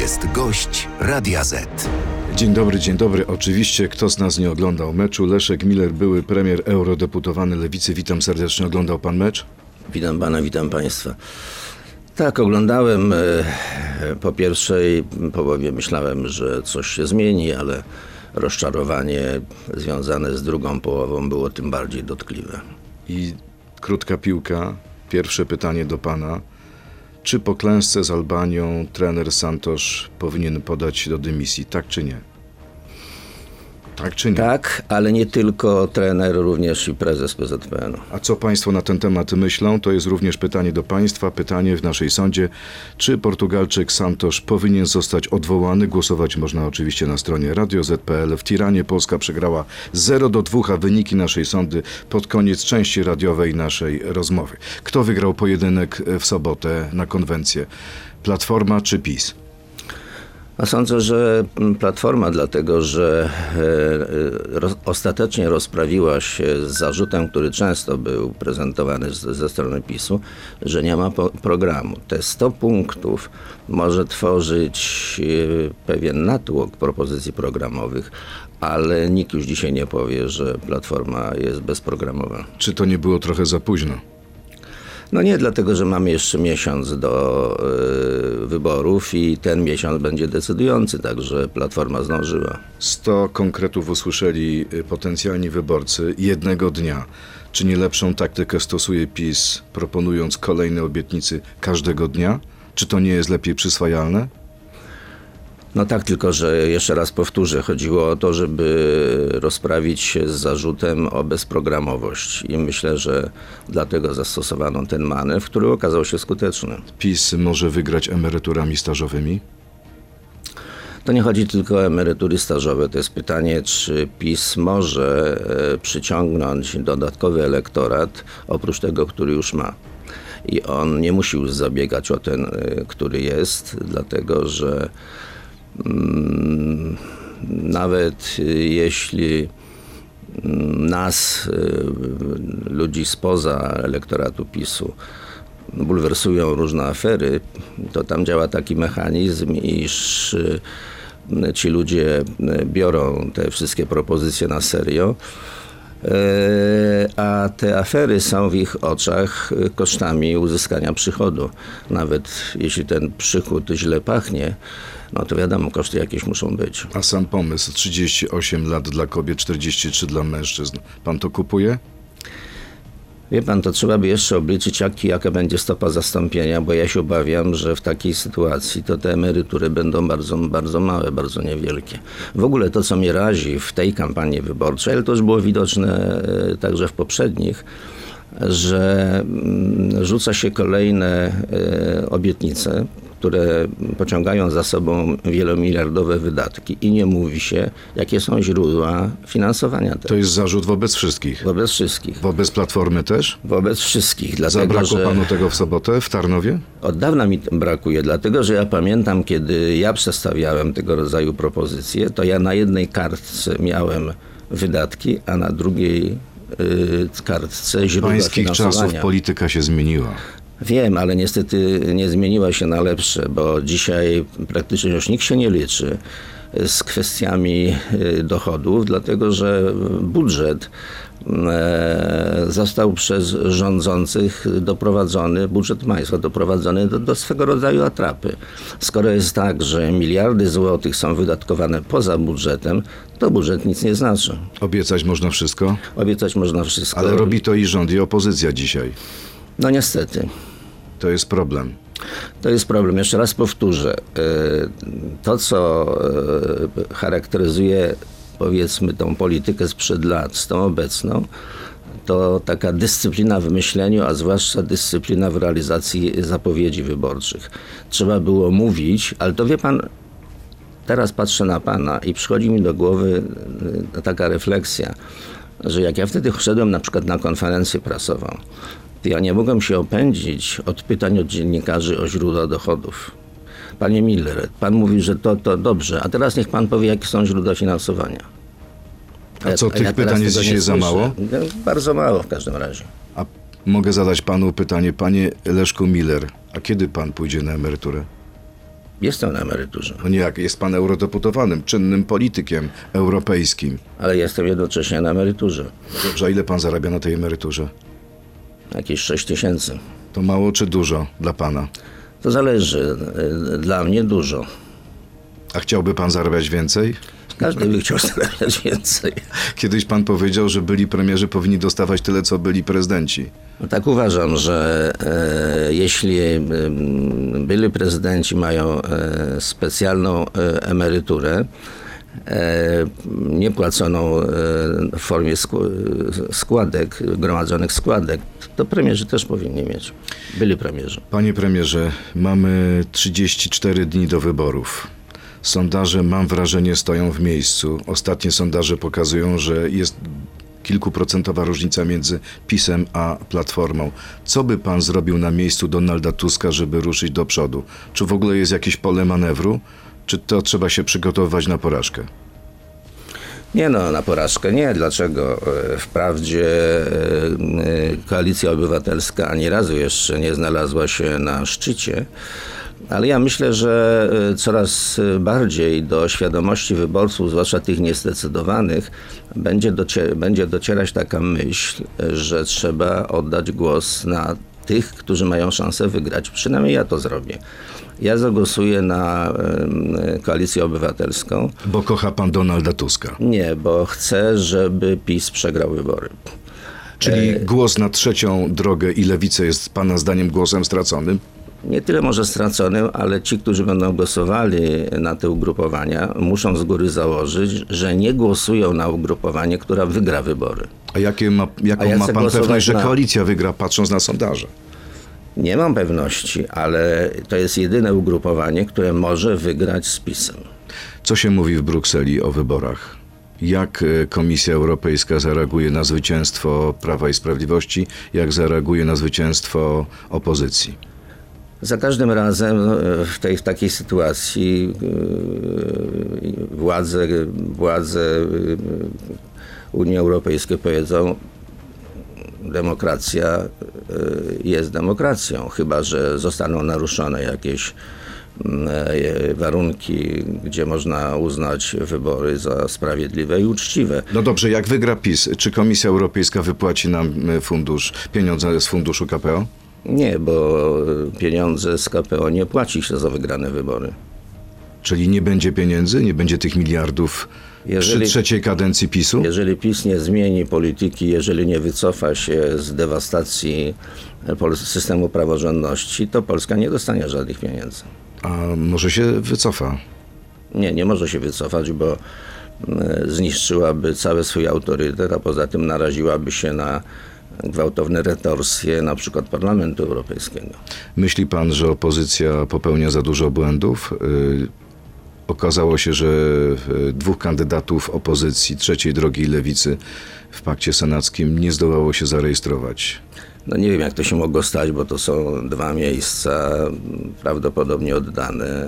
jest gość Radia Z. Dzień dobry. Oczywiście kto z nas nie oglądał meczu? Leszek Miller, były premier, eurodeputowany Lewicy. Witam serdecznie. Oglądał pan mecz? Witam pana, witam państwa. Tak, oglądałem. Po pierwszej połowie myślałem, że coś się zmieni, ale rozczarowanie związane z drugą połową było tym bardziej dotkliwe. I krótka piłka. Pierwsze pytanie do pana. Czy po klęsce z Albanią trener Santos powinien podać do dymisji? Tak czy nie? Tak czy nie? Tak, ale nie tylko trener, również i prezes PZPN-u. A co państwo na ten temat myślą? To jest również pytanie do państwa, pytanie w naszej sądzie. Czy Portugalczyk Santos powinien zostać odwołany? Głosować można oczywiście na stronie radio.z.pl. W Tiranie Polska przegrała 0-2, a wyniki naszej sądy pod koniec części radiowej naszej rozmowy. Kto wygrał pojedynek w sobotę na konwencję? Platforma czy PiS? A sądzę, że Platforma, dlatego że ostatecznie rozprawiła się z zarzutem, który często był prezentowany ze strony PiS-u, że nie ma programu. Te 100 punktów może tworzyć pewien natłok propozycji programowych, ale nikt już dzisiaj nie powie, że Platforma jest bezprogramowa. Czy to nie było trochę za późno? No nie, dlatego że mamy jeszcze miesiąc do wyborów i ten miesiąc będzie decydujący, także Platforma zdążyła. 100 konkretów usłyszeli potencjalni wyborcy jednego dnia. Czy nie lepszą taktykę stosuje PiS, proponując kolejne obietnice każdego dnia? Czy to nie jest lepiej przyswajalne? No tak, tylko że jeszcze raz powtórzę, chodziło o to, żeby rozprawić się z zarzutem o bezprogramowość i myślę, że dlatego zastosowano ten manewr, który okazał się skuteczny. PiS może wygrać emeryturami stażowymi? To nie chodzi tylko o emerytury stażowe, to jest pytanie, czy PiS może przyciągnąć dodatkowy elektorat oprócz tego, który już ma. I on nie musi już zabiegać o ten, który jest, dlatego że nawet jeśli nas, ludzi spoza elektoratu PiS-u, bulwersują różne afery, to tam działa taki mechanizm, iż ci ludzie biorą te wszystkie propozycje na serio, a te afery są w ich oczach kosztami uzyskania przychodu. Nawet jeśli ten przychód źle pachnie, no to wiadomo, koszty jakieś muszą być. A sam pomysł 38 lat dla kobiet, 43 dla mężczyzn. Pan to kupuje? Wie pan, to trzeba by jeszcze obliczyć, jaka będzie stopa zastąpienia, bo ja się obawiam, że w takiej sytuacji to te emerytury będą bardzo, bardzo małe, bardzo niewielkie. W ogóle to, co mnie razi w tej kampanii wyborczej, ale to już było widoczne także w poprzednich, że rzuca się kolejne obietnice, które pociągają za sobą wielomiliardowe wydatki i nie mówi się, jakie są źródła finansowania tego. To jest zarzut wobec wszystkich? Wobec wszystkich. Wobec Platformy też? Wobec wszystkich. Dlatego, Zabrakło że panu tego w sobotę w Tarnowie? Od dawna mi brakuje, dlatego że ja pamiętam, kiedy ja przedstawiałem tego rodzaju propozycje, to ja na jednej kartce miałem wydatki, a na drugiej kartce źródła Pańskich finansowania. czasów polityka się zmieniła. Wiem, ale niestety nie zmieniła się na lepsze, bo dzisiaj praktycznie już nikt się nie liczy z kwestiami dochodów, dlatego że budżet został przez rządzących budżet państwa doprowadzony do swego rodzaju atrapy. Skoro jest tak, że miliardy złotych są wydatkowane poza budżetem, to budżet nic nie znaczy. Obiecać można wszystko? Obiecać można wszystko. Ale robi to i rząd, i opozycja dzisiaj. No niestety. To jest problem. To jest problem. Jeszcze raz powtórzę. To, co charakteryzuje, powiedzmy, tą politykę sprzed lat z tą obecną, to taka dyscyplina w myśleniu, a zwłaszcza dyscyplina w realizacji zapowiedzi wyborczych. Trzeba było mówić, ale to wie pan, teraz patrzę na pana i przychodzi mi do głowy taka refleksja, że jak ja wtedy szedłem na przykład na konferencję prasową, to ja nie mogłem się opędzić od pytań od dziennikarzy o źródła dochodów. Panie Miller, pan mówi, że to dobrze, a teraz niech pan powie, jakie są źródła finansowania. A co, tych pytań jest dzisiaj za mało? No, bardzo mało w każdym razie. A mogę zadać panu pytanie, panie Leszku Miller, a kiedy pan pójdzie na emeryturę? Jestem na emeryturze, No nie, jak jest pan eurodeputowanym, czynnym politykiem europejskim. ale jestem jednocześnie na emeryturze. Dobrze, a ile pan zarabia na tej emeryturze? Jakieś 6 tysięcy. To mało czy dużo dla pana? To zależy. Dla mnie dużo. A chciałby pan zarabiać więcej? Każdy by chciał zarabiać więcej. Kiedyś pan powiedział, że byli premierzy powinni dostawać tyle, co byli prezydenci. No tak uważam, że jeśli byli prezydenci mają specjalną emeryturę, niepłaconą w formie składek, gromadzonych składek, to premierzy też powinni mieć. Byli premierzy. Panie premierze, mamy 34 dni do wyborów. Sondaże, mam wrażenie, stoją w miejscu. Ostatnie sondaże pokazują, że jest kilkuprocentowa różnica między PiS-em a Platformą. Co by pan zrobił na miejscu Donalda Tuska, żeby ruszyć do przodu? Czy w ogóle jest jakieś pole manewru? Czy to trzeba się przygotowywać na porażkę? Nie no, na porażkę nie. Dlaczego? Wprawdzie Koalicja Obywatelska ani razu jeszcze nie znalazła się na szczycie, ale ja myślę, że coraz bardziej do świadomości wyborców, zwłaszcza tych niezdecydowanych, będzie docierać taka myśl, że trzeba oddać głos na tych, którzy mają szansę wygrać. Przynajmniej ja to zrobię. Ja zagłosuję na Koalicję Obywatelską. Bo kocha pan Donalda Tuska. Nie, bo chcę, żeby PiS przegrał wybory. Czyli głos na trzecią drogę i lewicę jest pana zdaniem głosem straconym? Nie tyle może straconym, ale ci, którzy będą głosowali na te ugrupowania, muszą z góry założyć, że nie głosują na ugrupowanie, która wygra wybory. A jaką ma pan pewność, że koalicja wygra, patrząc na sondaże? Nie mam pewności, ale to jest jedyne ugrupowanie, które może wygrać z PiS-em. Co się mówi w Brukseli o wyborach? Jak Komisja Europejska zareaguje na zwycięstwo Prawa i Sprawiedliwości? Jak zareaguje na zwycięstwo opozycji? Za każdym razem w takiej sytuacji władze Unii Europejskiej powiedzą, demokracja jest demokracją, chyba że zostaną naruszone jakieś warunki, gdzie można uznać wybory za sprawiedliwe i uczciwe. No dobrze, jak wygra PiS, czy Komisja Europejska wypłaci nam pieniądze z funduszu KPO? Nie, bo pieniądze z KPO nie płaci się za wygrane wybory. Czyli nie będzie pieniędzy, nie będzie tych miliardów przy trzeciej kadencji PiS-u? Jeżeli PiS nie zmieni polityki, jeżeli nie wycofa się z dewastacji systemu praworządności, to Polska nie dostanie żadnych pieniędzy. A może się wycofa? Nie może się wycofać, bo zniszczyłaby cały swój autorytet, a poza tym naraziłaby się na gwałtowne retorsje na przykład Parlamentu Europejskiego. Myśli pan, że opozycja popełnia za dużo błędów? Okazało się, że dwóch kandydatów opozycji, trzeciej drogi i lewicy w pakcie senackim nie zdołało się zarejestrować. No nie wiem, jak to się mogło stać, bo to są dwa miejsca prawdopodobnie oddane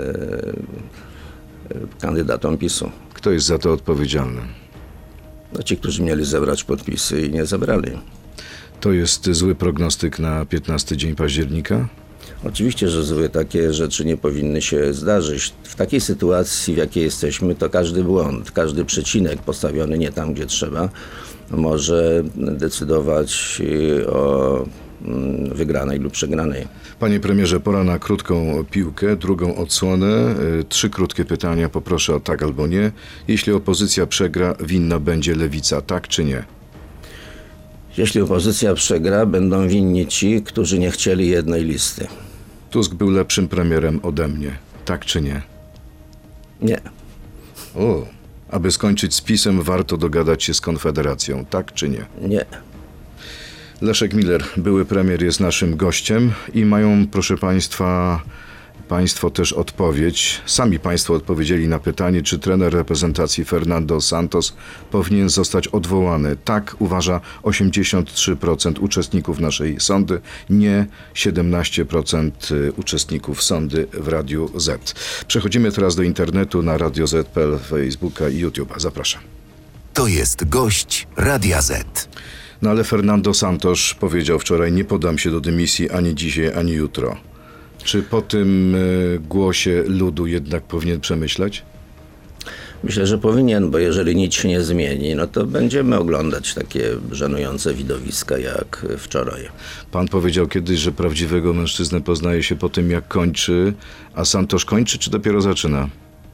kandydatom PiS-u. Kto jest za to odpowiedzialny? No ci, którzy mieli zebrać podpisy i nie zebrali. To jest zły prognostyk na 15 dzień października? Oczywiście, że złe takie rzeczy nie powinny się zdarzyć. W takiej sytuacji, w jakiej jesteśmy, to każdy błąd, każdy przecinek postawiony nie tam, gdzie trzeba, może decydować o wygranej lub przegranej. Panie premierze, pora na krótką piłkę, drugą odsłonę. 3 krótkie pytania, poproszę o tak albo nie. Jeśli opozycja przegra, winna będzie lewica, tak czy nie? Jeśli opozycja przegra, będą winni ci, którzy nie chcieli jednej listy. Tusk był lepszym premierem ode mnie, tak czy nie? Nie. Aby skończyć z PiS-em, warto dogadać się z Konfederacją, tak czy nie? Nie. Leszek Miller, były premier, jest naszym gościem i mają, proszę Państwo też odpowiedź. Sami Państwo odpowiedzieli na pytanie, czy trener reprezentacji Fernando Santos powinien zostać odwołany. Tak uważa 83% uczestników naszej sondy, nie 17% uczestników sondy w Radiu Z. Przechodzimy teraz do internetu na Radio Z.pl, Facebooka i YouTube'a. Zapraszam. To jest gość Radia Z. No ale Fernando Santos powiedział wczoraj, nie podam się do dymisji ani dzisiaj, ani jutro. Czy po tym głosie ludu jednak powinien przemyśleć? Myślę, że powinien, bo jeżeli nic się nie zmieni, no to będziemy oglądać takie żenujące widowiska jak wczoraj. Pan powiedział kiedyś, że prawdziwego mężczyznę poznaje się po tym, jak kończy, a Santosz kończy, czy dopiero zaczyna?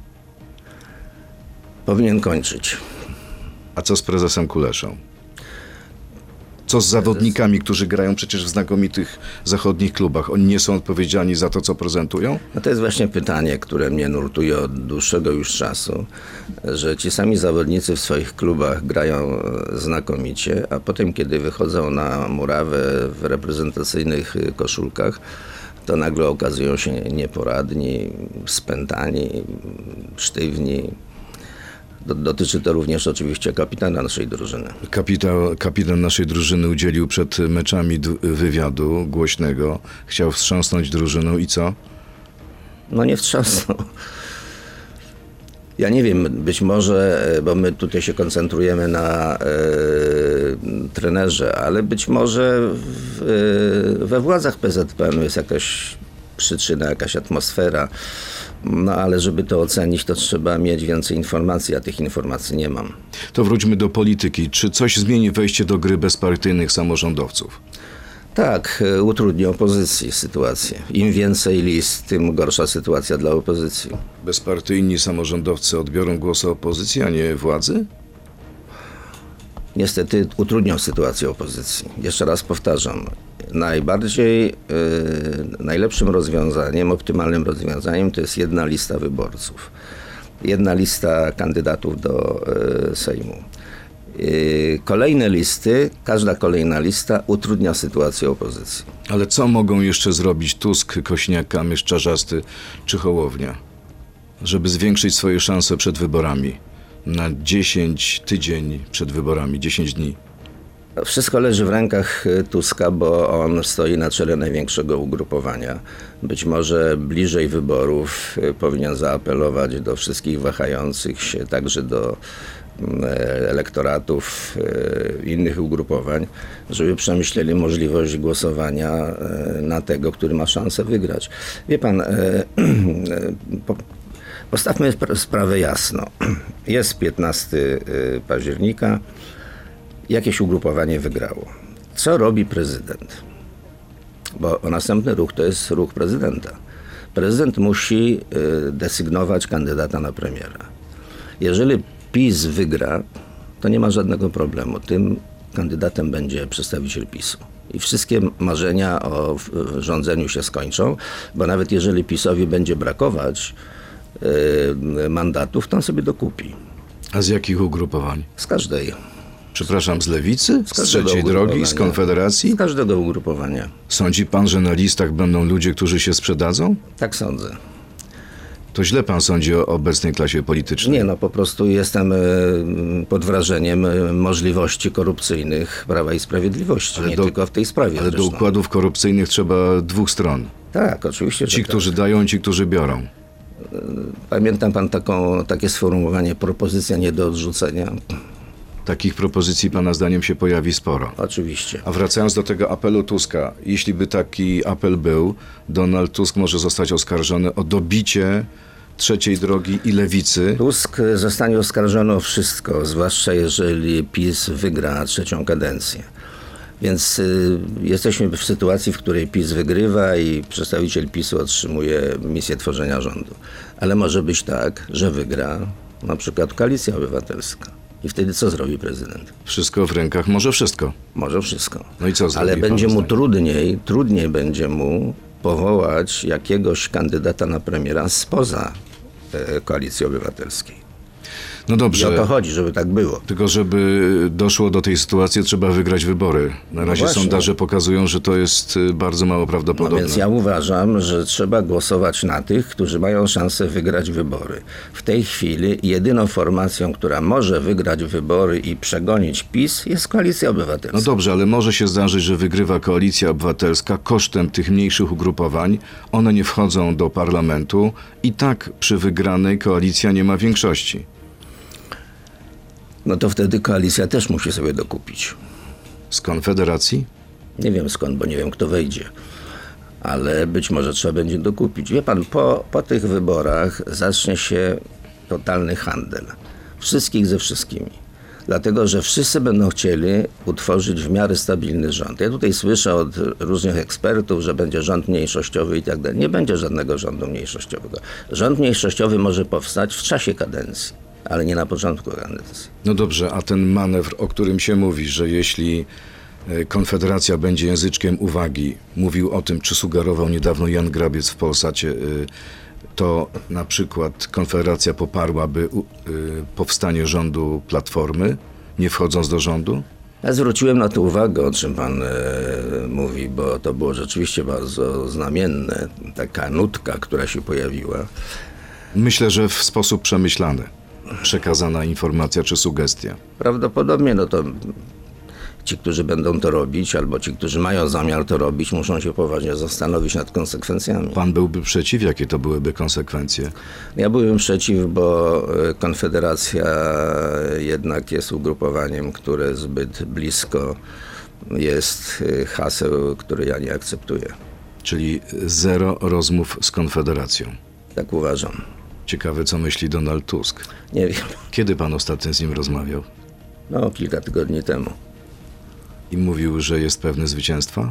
Powinien kończyć. A co z prezesem Kuleszą? Co z zawodnikami, którzy grają przecież w znakomitych zachodnich klubach? Oni nie są odpowiedzialni za to, co prezentują? No to jest właśnie pytanie, które mnie nurtuje od dłuższego już czasu, że ci sami zawodnicy w swoich klubach grają znakomicie, a potem, kiedy wychodzą na murawę w reprezentacyjnych koszulkach, to nagle okazują się nieporadni, spętani, sztywni. Dotyczy to również oczywiście kapitana naszej drużyny. Kapitan naszej drużyny udzielił przed meczami wywiadu głośnego. Chciał wstrząsnąć drużyną i co? No nie wstrząsnął. Ja nie wiem, być może, bo my tutaj się koncentrujemy na trenerze, ale być może we władzach PZPN jest jakaś przyczyna, jakaś atmosfera. No ale żeby to ocenić, to trzeba mieć więcej informacji, a tych informacji nie mam. To wróćmy do polityki. Czy coś zmieni wejście do gry bezpartyjnych samorządowców? Tak, utrudni opozycji sytuację. Im więcej list, tym gorsza sytuacja dla opozycji. Bezpartyjni samorządowcy odbiorą głosy opozycji, a nie władzy? Niestety utrudnią sytuację opozycji. Jeszcze raz powtarzam. Najlepszym rozwiązaniem, optymalnym rozwiązaniem to jest jedna lista wyborców. Jedna lista kandydatów do Sejmu. Kolejne listy, każda kolejna lista utrudnia sytuację opozycji. Ale co mogą jeszcze zrobić Tusk, Kośniak-Kamysz, Czarzasty czy Hołownia, żeby zwiększyć swoje szanse przed wyborami? Na 10 tydzień przed wyborami, 10 dni. Wszystko leży w rękach Tuska, bo on stoi na czele największego ugrupowania. Być może bliżej wyborów powinien zaapelować do wszystkich wahających się, także do elektoratów innych ugrupowań, żeby przemyśleli możliwość głosowania na tego, który ma szansę wygrać. Wie pan, postawmy sprawę jasno. Jest 15 października. Jakieś ugrupowanie wygrało. Co robi prezydent? Bo następny ruch to jest ruch prezydenta. Prezydent musi desygnować kandydata na premiera. Jeżeli PiS wygra, to nie ma żadnego problemu. Tym kandydatem będzie przedstawiciel PiS-u. I wszystkie marzenia o rządzeniu się skończą, bo nawet jeżeli PiS-owi będzie brakować mandatów, to on sobie dokupi. A z jakich ugrupowań? Z każdej. Przepraszam, z Lewicy? Z Trzeciej Drogi? Z Konfederacji? Z każdego ugrupowania. Sądzi pan, że na listach będą ludzie, którzy się sprzedadzą? Tak sądzę. To źle pan sądzi o obecnej klasie politycznej. Nie, no po prostu jestem pod wrażeniem możliwości korupcyjnych Prawa i Sprawiedliwości, nie tylko w tej sprawie. Ale zresztą. do układów korupcyjnych trzeba dwóch stron. Tak, oczywiście. Ci, którzy dają, ci, którzy biorą. Pamiętam pan takie sformułowanie, propozycja nie do odrzucenia. Takich propozycji pana zdaniem się pojawi sporo. Oczywiście. A wracając do tego apelu Tuska, jeśli by taki apel był, Donald Tusk może zostać oskarżony o dobicie Trzeciej Drogi i Lewicy. Tusk zostanie oskarżony o wszystko, zwłaszcza jeżeli PiS wygra trzecią kadencję. Więc jesteśmy w sytuacji, w której PiS wygrywa i przedstawiciel PiS-u otrzymuje misję tworzenia rządu. Ale może być tak, że wygra na przykład Koalicja Obywatelska. I wtedy co zrobi prezydent? Wszystko w rękach, może wszystko. Może wszystko. No i co zrobi? Ale będzie mu trudniej będzie mu powołać jakiegoś kandydata na premiera spoza Koalicji Obywatelskiej. No dobrze. I o to chodzi, żeby tak było. Tylko żeby doszło do tej sytuacji, trzeba wygrać wybory. Na razie właśnie. sondaże pokazują, że to jest bardzo mało prawdopodobne. No więc ja uważam, że trzeba głosować na tych, którzy mają szansę wygrać wybory. W tej chwili jedyną formacją, która może wygrać wybory i przegonić PiS, jest Koalicja Obywatelska. No dobrze, ale może się zdarzyć, że wygrywa Koalicja Obywatelska kosztem tych mniejszych ugrupowań. One nie wchodzą do parlamentu i tak przy wygranej koalicja nie ma większości. No to wtedy koalicja też musi sobie dokupić. Z Konfederacji? Nie wiem skąd, bo nie wiem kto wejdzie. ale być może trzeba będzie dokupić. Wie pan, po tych wyborach zacznie się totalny handel. Wszystkich ze wszystkimi. Dlatego, że wszyscy będą chcieli utworzyć w miarę stabilny rząd. Ja tutaj słyszę od różnych ekspertów, że będzie rząd mniejszościowy i tak dalej. Nie będzie żadnego rządu mniejszościowego. Rząd mniejszościowy może powstać w czasie kadencji, ale nie na początku kadencji. No dobrze, a ten manewr, o którym się mówi, że jeśli Konfederacja będzie języczkiem uwagi, mówił o tym, czy sugerował niedawno Jan Grabiec w Polsacie, to na przykład Konfederacja poparłaby powstanie rządu Platformy, nie wchodząc do rządu? Ja zwróciłem na to uwagę, o czym pan mówi, bo to było rzeczywiście bardzo znamienne. Taka nutka, która się pojawiła. Myślę, że w sposób przemyślany przekazana informacja czy sugestia. Prawdopodobnie to ci, którzy będą to robić, albo ci, którzy mają zamiar to robić, muszą się poważnie zastanowić nad konsekwencjami. Pan byłby przeciw? Jakie to byłyby konsekwencje? Ja byłem przeciw, bo Konfederacja jednak jest ugrupowaniem, które zbyt blisko jest haseł, które ja nie akceptuję. Czyli zero rozmów z Konfederacją. Tak uważam. Ciekawe, co myśli Donald Tusk. Nie wiem. Kiedy pan ostatnio z nim rozmawiał? No, kilka tygodni temu. I mówił, że jest pewny zwycięstwa?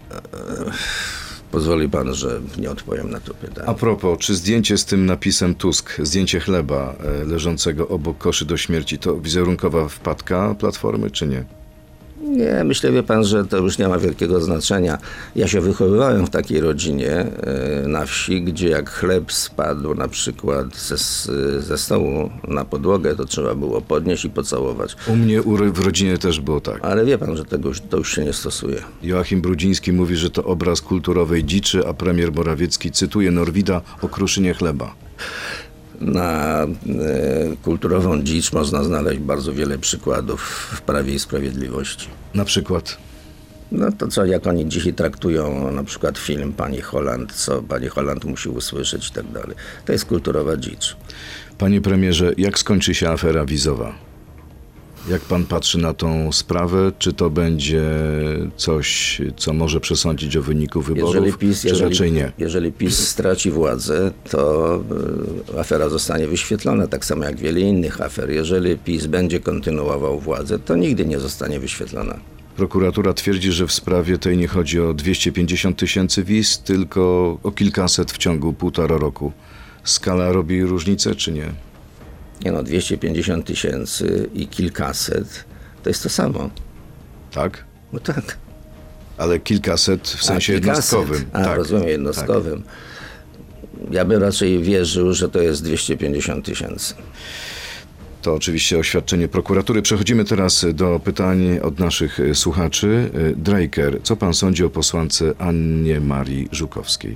Pozwoli pan, że nie odpowiem na to pytanie. A propos, czy zdjęcie z tym napisem Tusk, zdjęcie chleba leżącego obok koszy do śmierci, to wizerunkowa wpadka Platformy, czy nie? Nie, myślę, wie pan, że to już nie ma wielkiego znaczenia. Ja się wychowywałem w takiej rodzinie na wsi, gdzie jak chleb spadł na przykład ze stołu na podłogę, to trzeba było podnieść i pocałować. U mnie w rodzinie też było tak. Ale wie pan, że to już się nie stosuje. Joachim Brudziński mówi, że to obraz kulturowej dziczy, a premier Morawiecki cytuje Norwida o kruszynie chleba. Na kulturową dzicz można znaleźć bardzo wiele przykładów w Prawie i Sprawiedliwości. Na przykład? No to co, jak oni dzisiaj traktują na przykład film Pani Holland, co Pani Holland musi usłyszeć i tak dalej. To jest kulturowa dzicz. Panie premierze, jak skończy się afera wizowa? Jak pan patrzy na tą sprawę? Czy to będzie coś, co może przesądzić o wyniku wyborów, czy raczej nie? Jeżeli PiS straci władzę, to afera zostanie wyświetlona, tak samo jak wiele innych afer. Jeżeli PiS będzie kontynuował władzę, to nigdy nie zostanie wyświetlona. Prokuratura twierdzi, że w sprawie tej nie chodzi o 250 000 wiz, tylko o kilkaset w ciągu 1,5 roku. Skala robi różnicę, czy nie? Nie no, 250 000 i kilkaset to jest to samo. Tak? No tak. Ale kilkaset w sensie jednostkowym. Tak. Rozumiem, jednostkowym. Tak. Ja bym raczej wierzył, że to jest 250 000. To oczywiście oświadczenie prokuratury. Przechodzimy teraz do pytań od naszych słuchaczy. Draker, co pan sądzi o posłance Annie Marii Żukowskiej?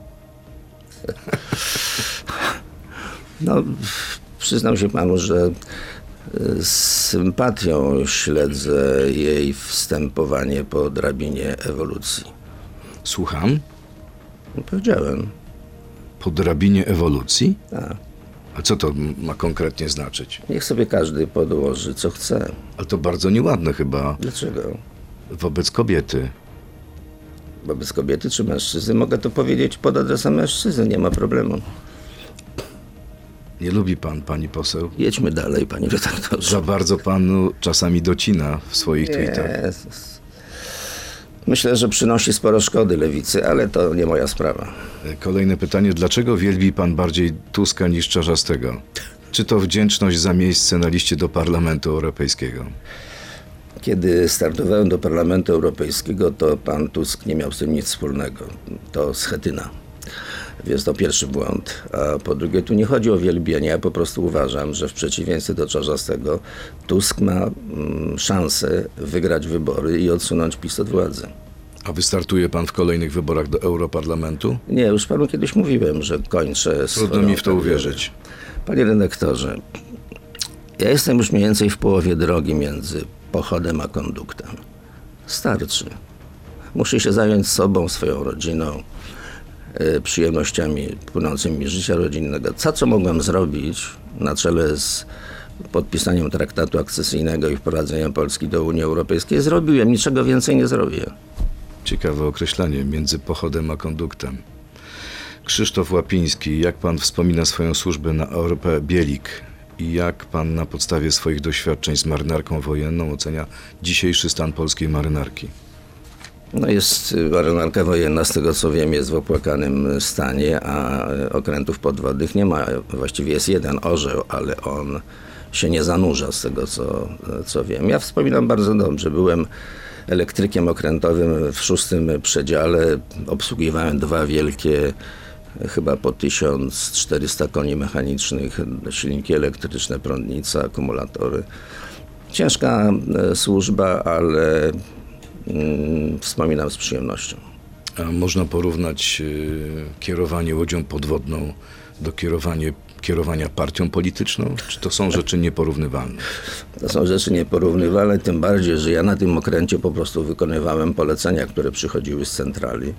No, przyznam się panu, że z sympatią śledzę jej wstępowanie po drabinie ewolucji. Słucham? No, powiedziałem. Po drabinie ewolucji? Tak. A co to ma konkretnie znaczyć? Niech sobie każdy podłoży, co chce. Ale to bardzo nieładne chyba. Dlaczego? Wobec kobiety. Wobec kobiety czy mężczyzny? Mogę to powiedzieć pod adresem mężczyzny, nie ma problemu. Nie lubi pan, pani poseł? Jedźmy dalej, panie redaktorze. Za bardzo panu czasami docina w swoich tweetach. Jezus. Myślę, że przynosi sporo szkody lewicy, ale to nie moja sprawa. Kolejne pytanie. Dlaczego wielbi pan bardziej Tuska niż Czarzastego? Czy to wdzięczność za miejsce na liście do Parlamentu Europejskiego? Kiedy startowałem do Parlamentu Europejskiego, to pan Tusk nie miał z tym nic wspólnego. To schetyna. Więc to pierwszy błąd. A po drugie, tu nie chodzi o wielbienie. Ja po prostu uważam, że w przeciwieństwie do Czarzastego Tusk ma szansę wygrać wybory i odsunąć PiS od władzy. A wystartuje pan w kolejnych wyborach do Europarlamentu? Nie, już panu kiedyś mówiłem, że kończę Trudno mi w to uwierzyć. Panie redaktorze, ja jestem już mniej więcej w połowie drogi między pochodem a konduktem. Starczy. Muszę się zająć sobą, swoją rodziną, przyjemnościami płynącymi z życia rodzinnego. Co mogłem zrobić na czele z podpisaniem traktatu akcesyjnego i wprowadzeniem Polski do Unii Europejskiej, zrobiłem. Niczego więcej nie zrobię. Ciekawe określenie, między pochodem a konduktem. Krzysztof Łapiński, jak pan wspomina swoją służbę na ORP Bielik i jak pan na podstawie swoich doświadczeń z marynarką wojenną ocenia dzisiejszy stan polskiej marynarki? No jest marynarka wojenna, z tego co wiem, jest w opłakanym stanie, a okrętów podwodnych nie ma. Właściwie jest jeden orzeł, ale on się nie zanurza, z tego co wiem. Ja wspominam bardzo dobrze. Byłem elektrykiem okrętowym w 6. przedziale. Obsługiwałem 2 wielkie, chyba po 1400 koni mechanicznych, silniki elektryczne, prądnica, akumulatory. Ciężka służba, ale wspominam z przyjemnością. A można porównać kierowanie łodzią podwodną do kierowania partią polityczną? Czy to są rzeczy nieporównywalne? To są rzeczy nieporównywalne, tym bardziej, że ja na tym okręcie po prostu wykonywałem polecenia, które przychodziły z centrali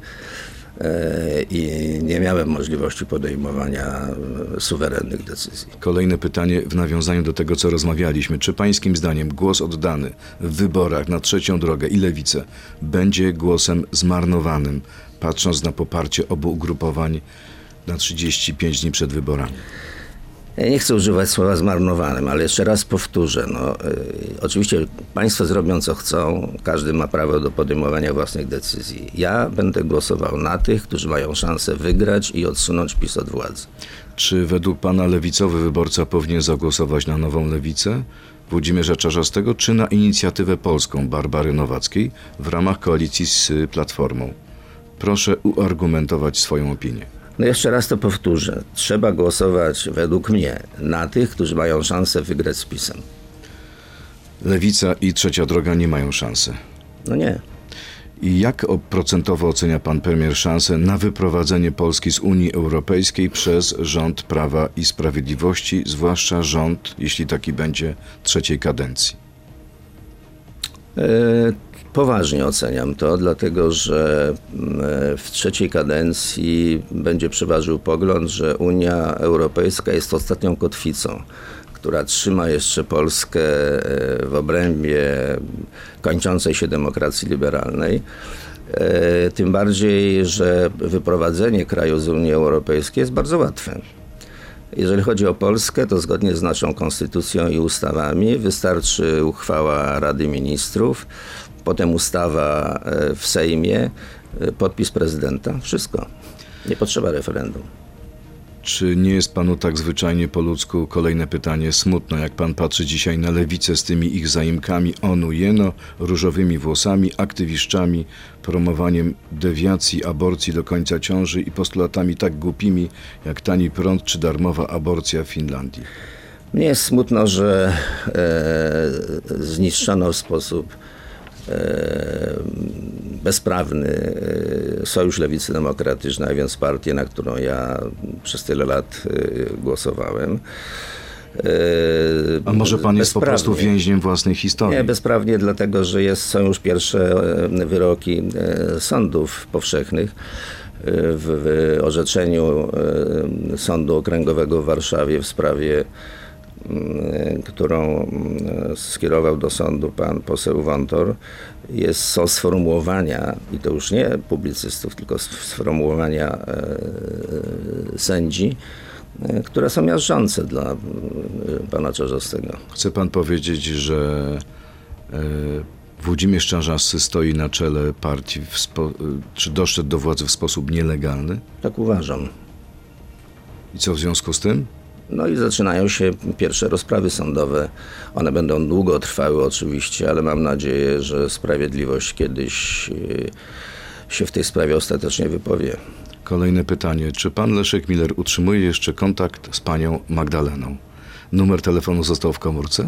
i nie miałem możliwości podejmowania suwerennych decyzji. Kolejne pytanie w nawiązaniu do tego, co rozmawialiśmy. Czy pańskim zdaniem głos oddany w wyborach na Trzecią Drogę i Lewicę będzie głosem zmarnowanym, patrząc na poparcie obu ugrupowań na 35 dni przed wyborami? Ja nie chcę używać słowa zmarnowanym, ale jeszcze raz powtórzę. Oczywiście państwo zrobią co chcą, każdy ma prawo do podejmowania własnych decyzji. Ja będę głosował na tych, którzy mają szansę wygrać i odsunąć PiS od władzy. Czy według pana lewicowy wyborca powinien zagłosować na Nową Lewicę Włodzimierza Czarzastego, czy na Inicjatywę Polską Barbary Nowackiej w ramach koalicji z Platformą? Proszę uargumentować swoją opinię. No jeszcze raz to powtórzę. Trzeba głosować według mnie na tych, którzy mają szansę wygrać z PiS-em. Lewica i Trzecia Droga nie mają szansy. No nie. I jak procentowo ocenia pan premier szansę na wyprowadzenie Polski z Unii Europejskiej przez rząd Prawa i Sprawiedliwości, zwłaszcza rząd, jeśli taki będzie, trzeciej kadencji? Poważnie oceniam to, dlatego że w trzeciej kadencji będzie przeważył pogląd, że Unia Europejska jest ostatnią kotwicą, która trzyma jeszcze Polskę w obrębie kończącej się demokracji liberalnej. Tym bardziej, że wyprowadzenie kraju z Unii Europejskiej jest bardzo łatwe. Jeżeli chodzi o Polskę, to zgodnie z naszą konstytucją i ustawami wystarczy uchwała Rady Ministrów, potem ustawa w Sejmie, podpis prezydenta. Wszystko. Nie potrzeba referendum. Czy nie jest panu tak zwyczajnie po ludzku, kolejne pytanie, smutno, jak pan patrzy dzisiaj na lewicę z tymi ich zaimkami onu jeno, różowymi włosami, aktywiszczami, promowaniem dewiacji, aborcji do końca ciąży i postulatami tak głupimi jak tani prąd czy darmowa aborcja w Finlandii? Mnie jest smutno, że zniszczono w sposób bezprawny Sojusz Lewicy Demokratycznej, a więc partię, na którą ja przez tyle lat głosowałem. A może pan jest po prostu więźniem własnej historii? Nie, bezprawnie dlatego, że są już pierwsze wyroki sądów powszechnych. W orzeczeniu Sądu Okręgowego w Warszawie w sprawie, którą skierował do sądu pan poseł Wątor, są sformułowania, i to już nie publicystów, tylko sformułowania sędzi, które są miażdżące dla pana Czarzastego. Chce pan powiedzieć, że Włodzimierz Czarzasty stoi na czele partii, czy doszedł do władzy w sposób nielegalny? Tak uważam. I co w związku z tym? No i zaczynają się pierwsze rozprawy sądowe. One będą długo trwały oczywiście, ale mam nadzieję, że sprawiedliwość kiedyś się w tej sprawie ostatecznie wypowie. Kolejne pytanie. Czy pan Leszek Miller utrzymuje jeszcze kontakt z panią Magdaleną? Numer telefonu został w komórce?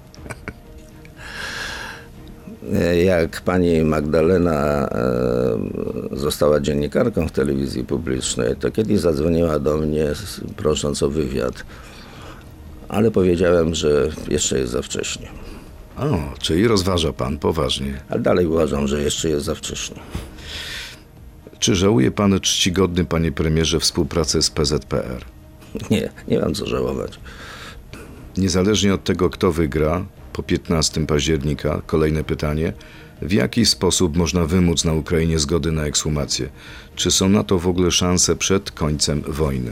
Jak pani Magdalena została dziennikarką w telewizji publicznej, to kiedyś zadzwoniła do mnie, prosząc o wywiad, ale powiedziałem, że jeszcze jest za wcześnie. O, czyli rozważa pan poważnie. Ale dalej uważam, że jeszcze jest za wcześnie. Czy żałuje pan, czcigodny panie premierze, współpracę z PZPR? Nie mam co żałować. Niezależnie od tego, kto wygra, po 15 października? Kolejne pytanie. W jaki sposób można wymóc na Ukrainie zgody na ekshumację? Czy są na to w ogóle szanse przed końcem wojny?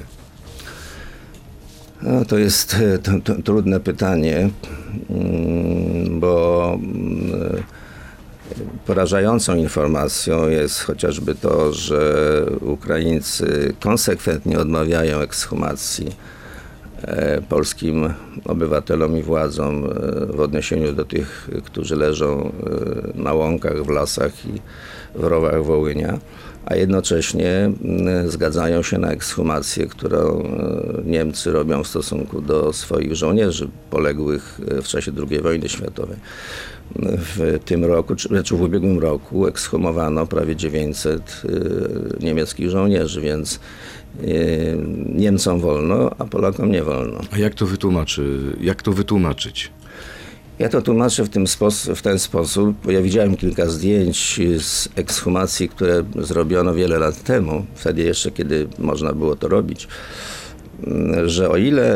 No, to jest trudne pytanie, bo porażającą informacją jest chociażby to, że Ukraińcy konsekwentnie odmawiają ekshumacji polskim obywatelom i władzom w odniesieniu do tych, którzy leżą na łąkach, w lasach i w rowach Wołynia, a jednocześnie zgadzają się na ekshumację, którą Niemcy robią w stosunku do swoich żołnierzy poległych w czasie II wojny światowej. W tym roku, czy w ubiegłym roku ekshumowano prawie 900 niemieckich żołnierzy, więc Niemcom wolno, a Polakom nie wolno. A jak to wytłumaczyć? Ja to tłumaczę w ten sposób, bo ja widziałem kilka zdjęć z ekshumacji, które zrobiono wiele lat temu, wtedy jeszcze, kiedy można było to robić, że o ile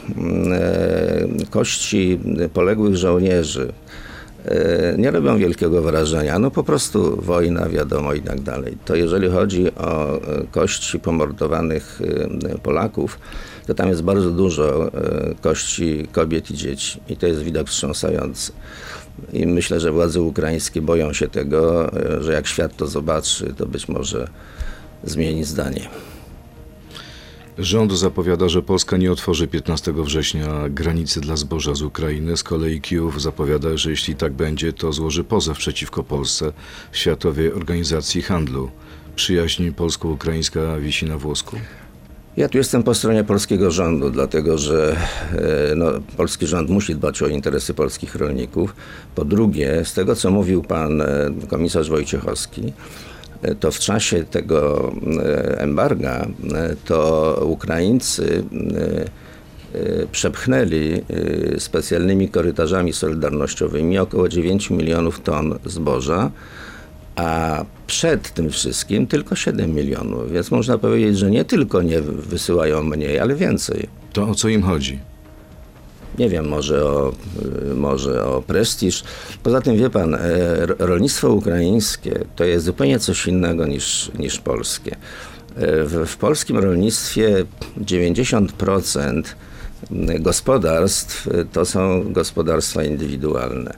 kości poległych żołnierzy nie robią wielkiego wrażenia, no po prostu wojna, wiadomo i tak dalej, to jeżeli chodzi o kości pomordowanych Polaków, to tam jest bardzo dużo kości kobiet i dzieci i to jest widok wstrząsający. I myślę, że władze ukraińskie boją się tego, że jak świat to zobaczy, to być może zmieni zdanie. Rząd zapowiada, że Polska nie otworzy 15 września granicy dla zboża z Ukrainy. Z kolei Kijów zapowiada, że jeśli tak będzie, to złoży pozew przeciwko Polsce w Światowej Organizacji Handlu. Przyjaźń polsko-ukraińska wisi na włosku? Ja tu jestem po stronie polskiego rządu, dlatego że polski rząd musi dbać o interesy polskich rolników. Po drugie, z tego co mówił pan komisarz Wojciechowski, to w czasie tego embarga to Ukraińcy przepchnęli specjalnymi korytarzami solidarnościowymi około 9 milionów ton zboża, a przed tym wszystkim tylko 7 milionów. Więc można powiedzieć, że nie tylko nie wysyłają mniej, ale więcej. To o co im chodzi? Nie wiem, może o prestiż. Poza tym wie pan, rolnictwo ukraińskie to jest zupełnie coś innego niż polskie. W polskim rolnictwie 90% gospodarstw to są gospodarstwa indywidualne.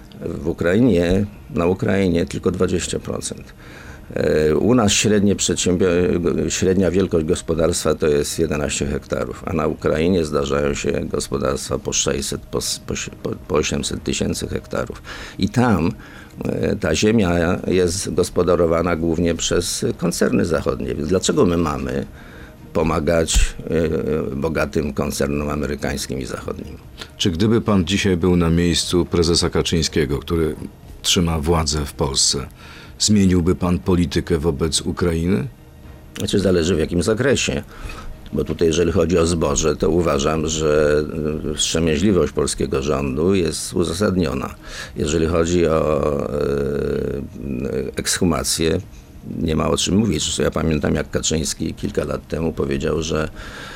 Na Ukrainie tylko 20%. U nas średnia wielkość gospodarstwa to jest 11 hektarów, a na Ukrainie zdarzają się gospodarstwa po 600, po 800 tysięcy hektarów. I tam ta ziemia jest gospodarowana głównie przez koncerny zachodnie. Więc dlaczego my mamy pomagać bogatym koncernom amerykańskim i zachodnim? Czy gdyby pan dzisiaj był na miejscu prezesa Kaczyńskiego, który trzyma władzę w Polsce, zmieniłby pan politykę wobec Ukrainy? Znaczy zależy w jakim zakresie. Bo tutaj jeżeli chodzi o zboże, to uważam, że wstrzemięźliwość polskiego rządu jest uzasadniona. Jeżeli chodzi o ekshumację, nie ma o czym mówić. Ja pamiętam, jak Kaczyński kilka lat temu powiedział, że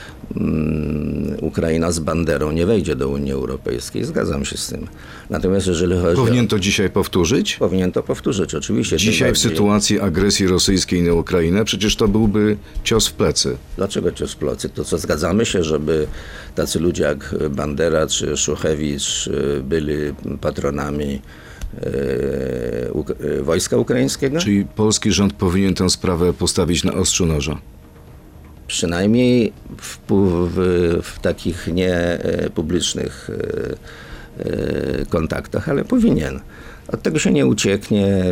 Ukraina z banderą nie wejdzie do Unii Europejskiej. Zgadzam się z tym. Natomiast jeżeli chodzi Powinien to dzisiaj powtórzyć? Powinien to powtórzyć, oczywiście. Dzisiaj w sytuacji agresji rosyjskiej na Ukrainę przecież to byłby cios w plecy. Dlaczego cios w plecy? To co, zgadzamy się, żeby tacy ludzie jak Bandera czy Szuchewicz byli patronami wojska ukraińskiego? Czyli polski rząd powinien tę sprawę postawić na ostrzu noża? Przynajmniej w takich niepublicznych kontaktach, ale powinien. Od tego się nie ucieknie.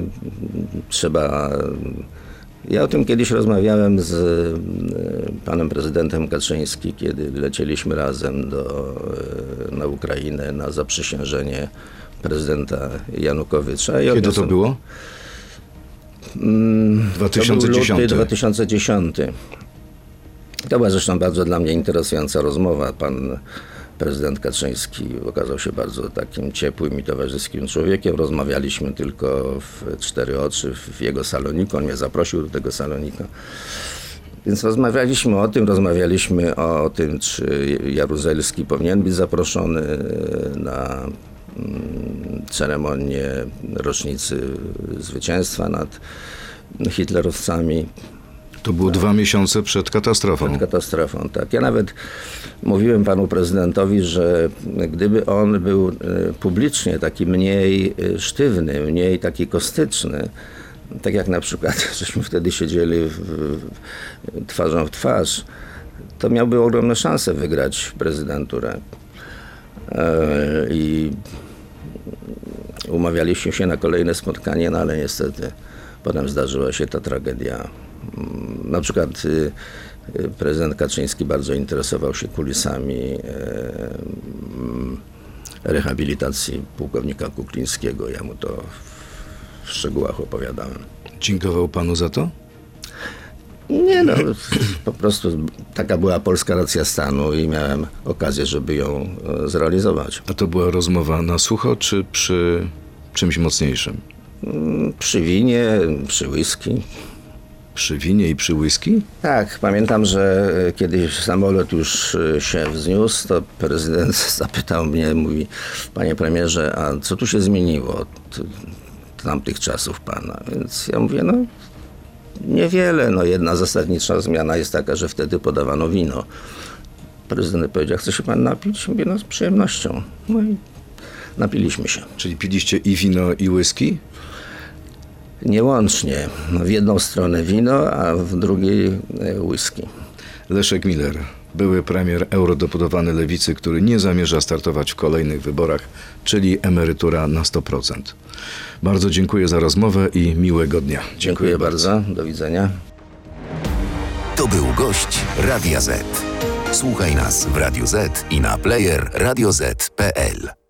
Ja o tym kiedyś rozmawiałem z panem prezydentem Kaczyńskim, kiedy lecieliśmy razem na Ukrainę na zaprzysiężenie prezydenta Janukowycza. Kiedy to było? 2010. To był luty 2010. To była zresztą bardzo dla mnie interesująca rozmowa. Pan prezydent Kaczyński okazał się bardzo takim ciepłym i towarzyskim człowiekiem. Rozmawialiśmy tylko w cztery oczy w jego saloniku. On mnie zaprosił do tego salonika. Więc rozmawialiśmy o tym, czy Jaruzelski powinien być zaproszony ceremonię rocznicy zwycięstwa nad hitlerowcami. To było 2 miesiące przed katastrofą. Katastrofą, tak. Ja nawet mówiłem panu prezydentowi, że gdyby on był publicznie taki mniej sztywny, mniej taki kostyczny, tak jak na przykład, żeśmy wtedy siedzieli twarzą w twarz, to miałby ogromne szanse wygrać prezydenturę. I umawialiśmy się na kolejne spotkanie, no ale niestety potem zdarzyła się ta tragedia. Na przykład prezydent Kaczyński bardzo interesował się kulisami rehabilitacji pułkownika Kuklińskiego. Ja mu to w szczegółach opowiadałem. Dziękował panu za to? Nie no, po prostu taka była polska racja stanu i miałem okazję, żeby ją zrealizować. A to była rozmowa na sucho, czy przy czymś mocniejszym? Przy winie, przy whisky. Przy winie i przy whisky? Tak, pamiętam, że kiedy samolot już się wzniósł, to prezydent zapytał mnie, mówi: panie premierze, a co tu się zmieniło od tamtych czasów pana? Więc ja mówię, no niewiele, no jedna zasadnicza zmiana jest taka, że wtedy podawano wino. Prezydent powiedział: chce się pan napić? Mówię, no z przyjemnością. No i napiliśmy się. Czyli piliście i wino, i whisky? Nie łącznie. No, w jedną stronę wino, a w drugiej whisky. Leszek Miller, były premier eurodeputowany Lewicy, który nie zamierza startować w kolejnych wyborach, czyli emerytura na 100%. Bardzo dziękuję za rozmowę i miłego dnia. Dziękuję bardzo. Do widzenia. To był gość Radia Z. Słuchaj nas w Radio Z i na player radioz.pl.